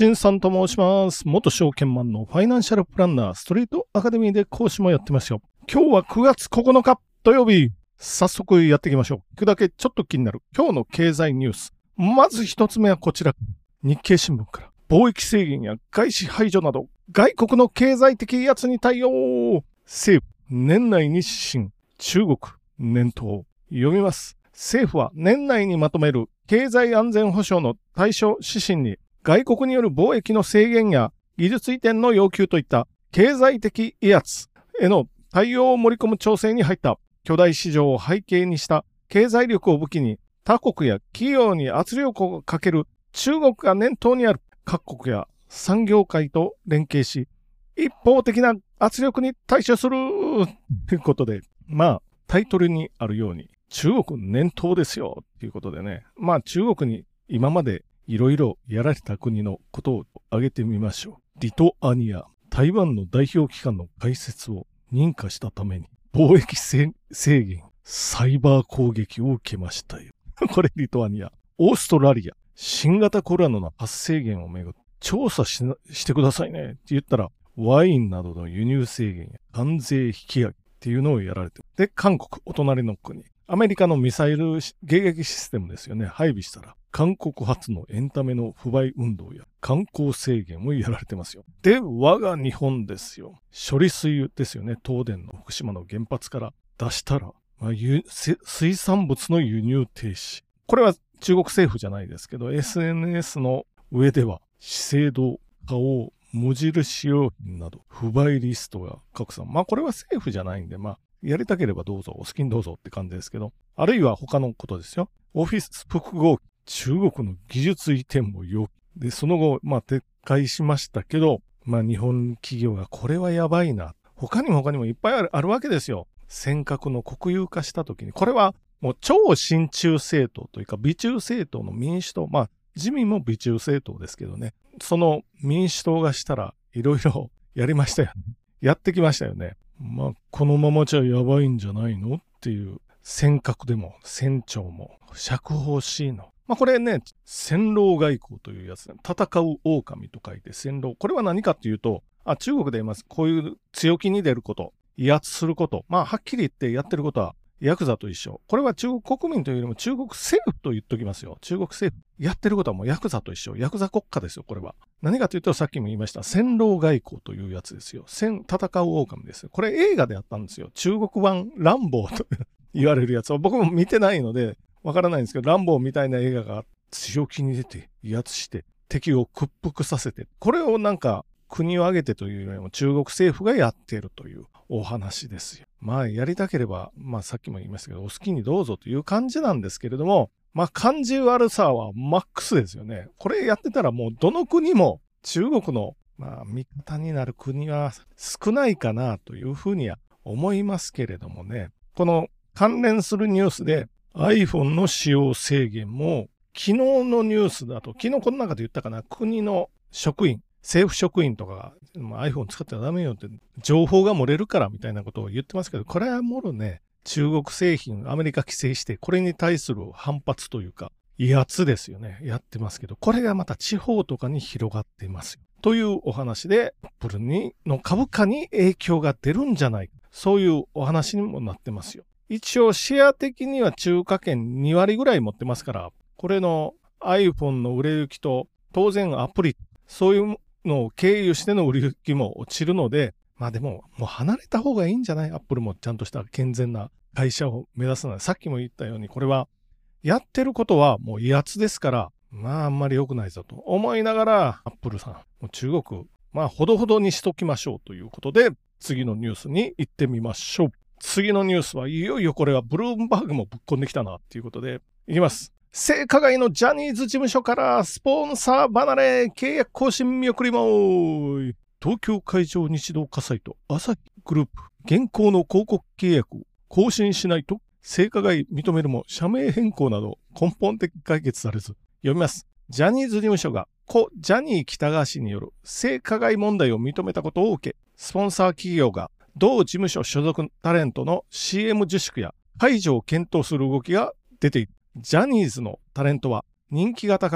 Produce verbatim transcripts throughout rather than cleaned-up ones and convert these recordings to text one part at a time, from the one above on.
新さんと申します。元証券マンのファイナンシャルプランナーストリートアカデミーで講師もやってますよ。今日はくがつここのか土曜日。早速やっていきましょう。行くだけちょっと気になる今日の経済ニュース。まず一つ目はこちら。日経新聞から貿易制限や外資排除など外国の経済的威圧に対応。政府年内に指針。中国念頭。読みます。政府は年内にまとめる経済安全保障の対処指針に外国による貿易の制限や技術移転の要求といった経済的威圧への対応を盛り込む調整に入った。巨大市場を背景にした経済力を武器に他国や企業に圧力をかける中国が念頭にある。各国や産業界と連携し一方的な圧力に対処するということで、まあタイトルにあるように中国念頭ですよということでね、まあ中国に今までいろいろやられた国のことを挙げてみましょう。リトアニア、台湾の代表機関の開設を認可したために貿易制限、サイバー攻撃を受けましたよ。これリトアニア。オーストラリア、新型コロナの発生源をめぐって調査 し, してくださいねって言ったら、ワインなどの輸入制限や関税引き上げっていうのをやられてる。で、韓国、お隣の国。アメリカのミサイル迎撃システムですよね。配備したら、韓国発のエンタメの不買運動や観光制限をやられてますよ。で、我が日本ですよ。処理水ですよね。東電の福島の原発から出したら、まあ、水産物の輸入停止。これは中国政府じゃないですけど、エスエヌエス の上では、資生堂、花王、無印良品など、不買リストが拡散。まあこれは政府じゃないんで、まあやりたければどうぞ、お好きにどうぞって感じですけど、あるいは他のことですよ。オフィス複合機、中国の技術移転も要求。で、その後、まあ撤回しましたけど、まあ日本企業がこれはやばいな。他にも他にもいっぱいある、あるわけですよ。尖閣の国有化した時に、これはもう超親中政党というか、美中政党の民主党、まあ自民も美中政党ですけどね。その民主党がしたらいろいろやりましたよね。やってきましたよね。まあ、このままじゃやばいんじゃないのっていう、尖閣でも船長も釈放しいの。まあこれね、戦狼外交というやつね。戦う狼と書いて戦狼。これは何かっていうと、あ、中国で言います。こういう強気に出ること、威圧すること。まあはっきり言ってやってることは、ヤクザと一緒。これは中国国民というよりも中国政府と言っときますよ。中国政府。やってることはもうヤクザと一緒。ヤクザ国家ですよ、これは。何かというと、さっきも言いました。戦狼外交というやつですよ。戦、戦う狼ですよ。これ映画でやったんですよ。中国版ランボーと言われるやつを僕も見てないので、わからないんですけど、ランボーみたいな映画が強気に出て、威圧して、敵を屈服させて、これをなんか国を挙げてというよりも中国政府がやっているというお話ですよ。まあやりたければ、まあさっきも言いましたけど、お好きにどうぞという感じなんですけれども、まあ感じ悪さはマックスですよね。これやってたらもうどの国も中国の、まあ、味方になる国は少ないかなというふうには思いますけれどもね。この関連するニュースで iPhone の使用制限も昨日のニュースだと、昨日この中で言ったかな、国の職員、政府職員とかが、まあ、iPhone 使ってはダメよって情報が漏れるからみたいなことを言ってますけど、これはもろね、中国製品、アメリカ規制して、これに対する反発というか、威圧ですよね。やってますけど、これがまた地方とかに広がっていますよ。というお話で、Appleにの株価に影響が出るんじゃないか。そういうお話にもなってますよ。一応シェア的には中華圏にわりぐらい持ってますから、これの iPhone の売れ行きと、当然アプリ、そういうのを経由しての売り行きも落ちるので、まあでも、もう離れた方がいいんじゃない？アップルもちゃんとした健全な会社を目指すのは、さっきも言ったように、これは、やってることはもう威圧ですから、まああんまり良くないぞと思いながら、アップルさん、もう中国、まあほどほどにしときましょうということで、次のニュースに行ってみましょう。次のニュースはいよいよこれはブルームバーグもぶっこんできたなっていうことで、いきます。性加害のジャニーズ事務所からスポンサー離れ、契約更新見送りも。東京海上日動火災と朝日グループ、現行の広告契約を更新しないと性加害認めるも社名変更など根本的解決されず。読みます。ジャニーズ事務所が故ジャニー喜多川氏による性加害問題を認めたことを受け、スポンサー企業が同事務所所属タレントの シーエム 自粛や排除を検討する動きが出ている。ジャニーズのタレントは人気が高く、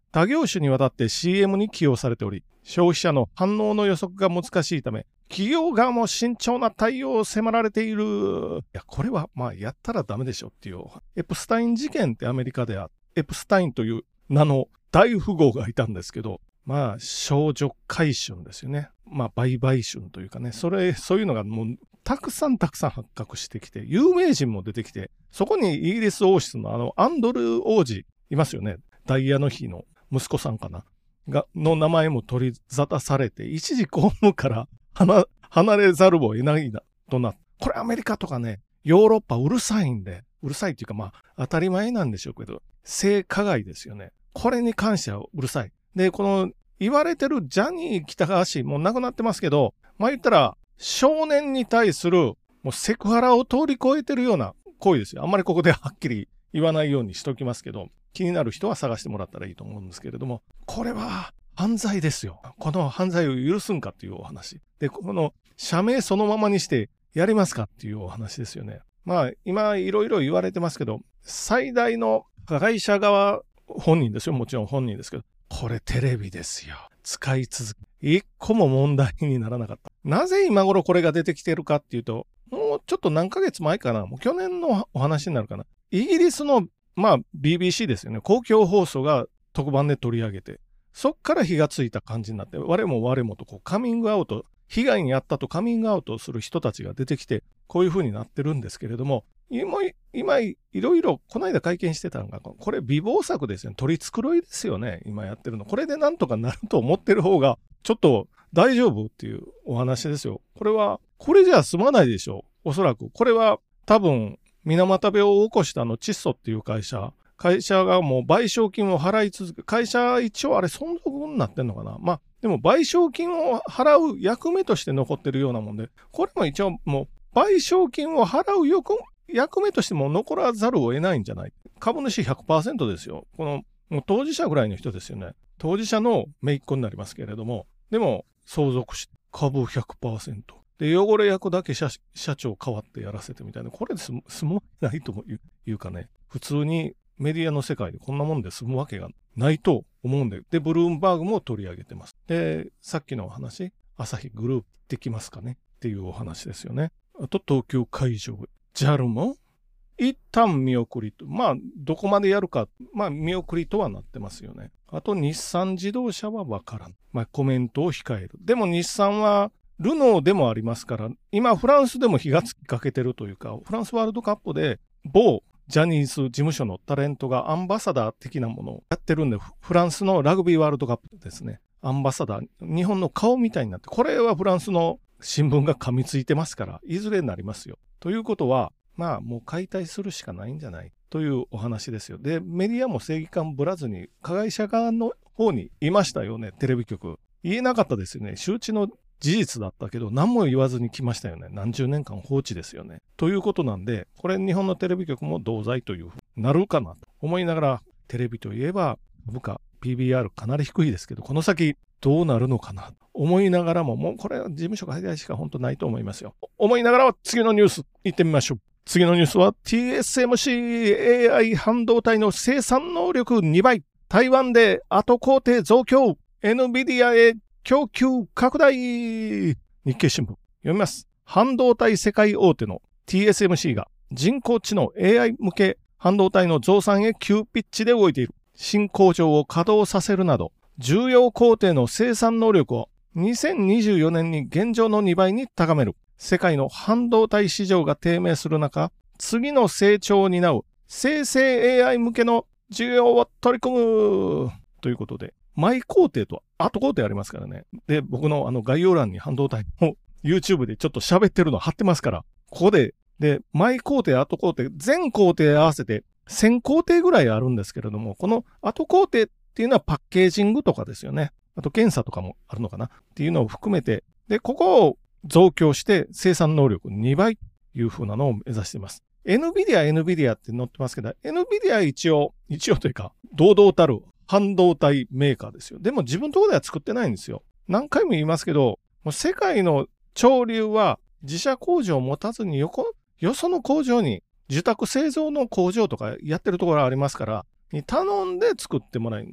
他業種にわたって シーエム に起用されており、消費者の反応の予測が難しいため、企業側も慎重な対応を迫られている。いや、これはまあやったらダメでしょっていう。エプスタイン事件ってアメリカでは、エプスタインという名の大富豪がいたんですけど、まあ少女買春ですよね。まあ売買春というかね、それ、そういうのがもうたくさんたくさん発覚してきて、有名人も出てきて、そこにイギリス王室のあのアンドルー王子いますよね。ダイアの妃の息子さんかな。が、の名前も取り沙汰されて、一時公務から離、離れざるを得ないな、とな。これアメリカとかね、ヨーロッパうるさいんで、うるさいっていうかまあ当たり前なんでしょうけど、性加害ですよね。これに関してはうるさい。で、この言われてるジャニー喜多川氏、もう亡くなってますけど、まあ言ったら少年に対するもうセクハラを通り越えてるような行為ですよ。あんまりここではっきり言わないようにしときますけど、気になる人は探してもらったらいいと思うんですけれども、これは犯罪ですよ。この犯罪を許すんかっていうお話。で、この社名そのままにしてやりますかっていうお話ですよね。まあ、今いろいろ言われてますけど、最大の加害者側本人ですよ。もちろん本人ですけど、これテレビですよ。使い続け、一個も問題にならなかった。なぜ今頃これが出てきてるかっていうと、もうちょっと何ヶ月前かな、もう去年のお話になるかな。イギリスのまあ ビービーシー ですよね。公共放送が特番で取り上げて、そっから火がついた感じになって、我も我もとこうカミングアウト、被害に遭ったとカミングアウトする人たちが出てきて、こういう風になってるんですけれども、今、今いろいろ、この間会見してたのが、これ美貌作ですよね。取り繕いですよね。今やってるの。これでなんとかなると思ってる方が、ちょっと大丈夫っていうお話ですよ。これは、これじゃ済まないでしょう。おそらく。これは多分、水俣病を起こしたあの窒素っていう会社、会社がもう賠償金を払い続け、会社一応あれ存続になってんのかな。まあ、でも賠償金を払う役目として残ってるようなもんで、これも一応もう賠償金を払う役役目としても残らざるを得ないんじゃない。株主 ひゃくパーセント ですよ。このもう当事者ぐらいの人ですよね。当事者の姪っ子になりますけれども、でも相続して株 ひゃくパーセント。で、汚れ役だけ 社, 社長変わってやらせてみたいな。これで済むないというかね、普通にメディアの世界でこんなもんで済むわけがないと思うんで、で、ブルームバーグも取り上げてます。で、さっきのお話、朝日グループできますかねっていうお話ですよね。あと、東京海上、ジャル も一旦見送りと、まあ、どこまでやるか、まあ、見送りとはなってますよね。あと、日産自動車はわからん。まあ、コメントを控える。でも、日産は、ルノーでもありますから、今、フランスでも火がつきかけてるというか、フランスワールドカップで、某ジャニーズ事務所のタレントがアンバサダー的なものをやってるんで、フランスのラグビーワールドカップですね。アンバサダー、日本の顔みたいになって、これはフランスの新聞が噛みついてますから、いずれになりますよ。ということは、まあもう解体するしかないんじゃないというお話ですよ。で、メディアも正義感ぶらずに、加害者側の方にいましたよね、テレビ局。言えなかったですよね。周知の事実だったけど、何も言わずに来ましたよね。何十年間放置ですよね。ということなんで、これ日本のテレビ局も同罪というふうになるかなと思いながら、テレビといえば、株価、ピービーアール かなり低いですけど、この先どうなるのかなと思いながらも、もうこれは事務所解体しか本当ないと思いますよ。思いながら次のニュース行ってみましょう。次のニュースは ティーエスエムシー エーアイ 半導体の生産能力にばい。台湾で後工程増強。エヌビディア へ供給拡大。日経新聞読みます。半導体世界大手の ティーエスエムシー が人工知能 エーアイ 向け半導体の増産へ急ピッチで動いている。新工場を稼働させるなど、重要工程の生産能力をにせんにじゅうよねんに現状のにばいに高める。世界の半導体市場が低迷する中、次の成長を担う生成 エーアイ 向けの需要を取り込むということで、前工程と後工程ありますからね。で、僕のあの概要欄に半導体を YouTube でちょっと喋ってるの貼ってますから、ここで、で、前工程、後工程、全工程合わせてせん工程ぐらいあるんですけれども、この後工程っていうのはパッケージングとかですよね。あと検査とかもあるのかなっていうのを含めて、で、ここを増強して生産能力にばいという風なのを目指しています。エヌビディア、エヌビディアって載ってますけど、エヌビディア一応、一応というか、堂々たる半導体メーカーですよ。でも自分のところでは作ってないんですよ。何回も言いますけど、もう世界の潮流は自社工場を持たずに横、よその工場に受託製造の工場とかやってるところありますから、に頼んで作ってもらいます。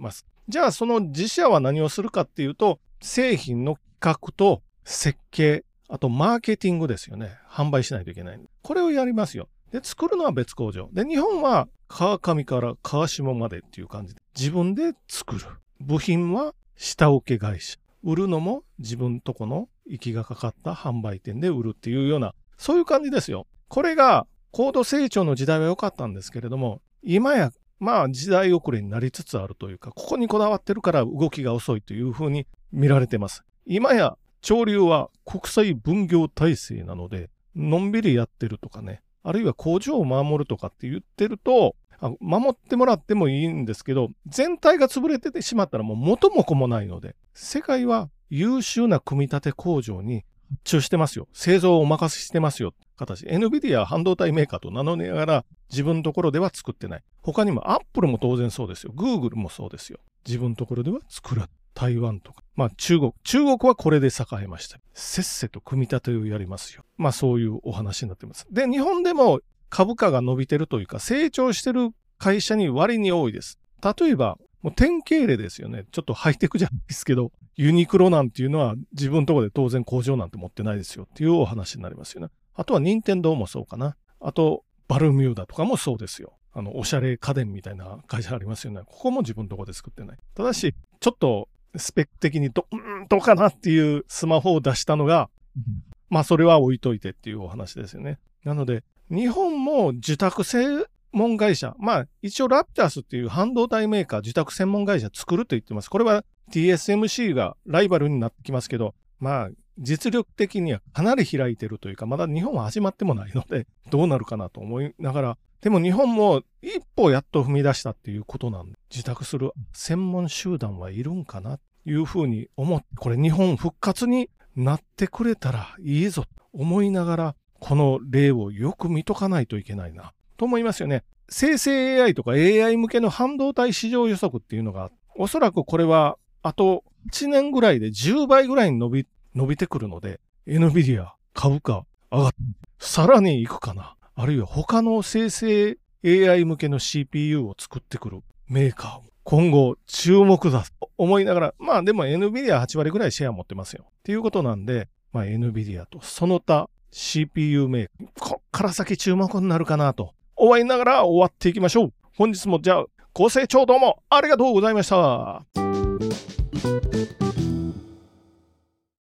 じゃあその自社は何をするかっていうと、製品の企画と設計、あとマーケティングですよね。販売しないといけない。これをやりますよ。で、作るのは別工場。で、日本は川上から川下までっていう感じで自分で作る。部品は下請け会社。売るのも自分とこの息がかかった販売店で売るっていうような、そういう感じですよ。これが高度成長の時代は良かったんですけれども、今やまあ時代遅れになりつつあるというか、ここにこだわってるから動きが遅いというふうに見られてます。今や潮流は国際分業体制なので、のんびりやってるとかね、あるいは工場を守るとかって言ってると、あ守ってもらってもいいんですけど、全体が潰れてしまったらもう元も子もないので、世界は優秀な組み立て工場に発注してますよ。製造をお任せしてますよ。形。エヌビディア 半導体メーカーと名乗りながら自分のところでは作ってない。他にもアップルも当然そうですよ。グーグルもそうですよ。自分のところでは作らない。台湾とか。まあ中国。中国はこれで栄えました。せっせと組み立てをやりますよ。まあそういうお話になってます。で、日本でも株価が伸びてるというか成長してる会社に割に多いです。例えば、もう典型例ですよね。ちょっとハイテクじゃないですけど、ユニクロなんていうのは自分のところで当然工場なんて持ってないですよっていうお話になりますよね。あとは任天堂もそうかな。あと、バルミューダとかもそうですよ。あの、おしゃれ家電みたいな会社ありますよね。ここも自分のところで作ってない。ただし、ちょっとスペック的にど、うーん、どうかなっていうスマホを出したのが、まあそれは置いといてっていうお話ですよね。なので、日本も受託専門会社、まあ一応ラプタースっていう半導体メーカー受託専門会社作ると言ってます。これは ティーエスエムシー がライバルになってきますけど、まあ実力的にはかなり開いてるというか、まだ日本は始まってもないので、どうなるかなと思いながら、でも日本も一歩やっと踏み出したっていうことなんで、受託する専門集団はいるんかなというふうに思って、これ日本復活になってくれたらいいぞと思いながら、この例をよく見とかないといけないなと思いますよね。生成 エーアイ とか エーアイ 向けの半導体市場予測っていうのが、おそらくこれはあといちねんぐらいでじゅうばいぐらいに伸び、伸びてくるので、エヌビディア 株価上がって、さらに行くかな。あるいは他の生成 エーアイ 向けの シーピーユー を作ってくるメーカーも今後注目だと思いながら、まあでも エヌビディアはちわりぐらいシェア持ってますよ。っていうことなんで、まあ エヌビディア とその他 シーピーユー メーカー、こっから先注目になるかなと思いながら終わっていきましょう。本日もじゃあご清聴どうもありがとうございました。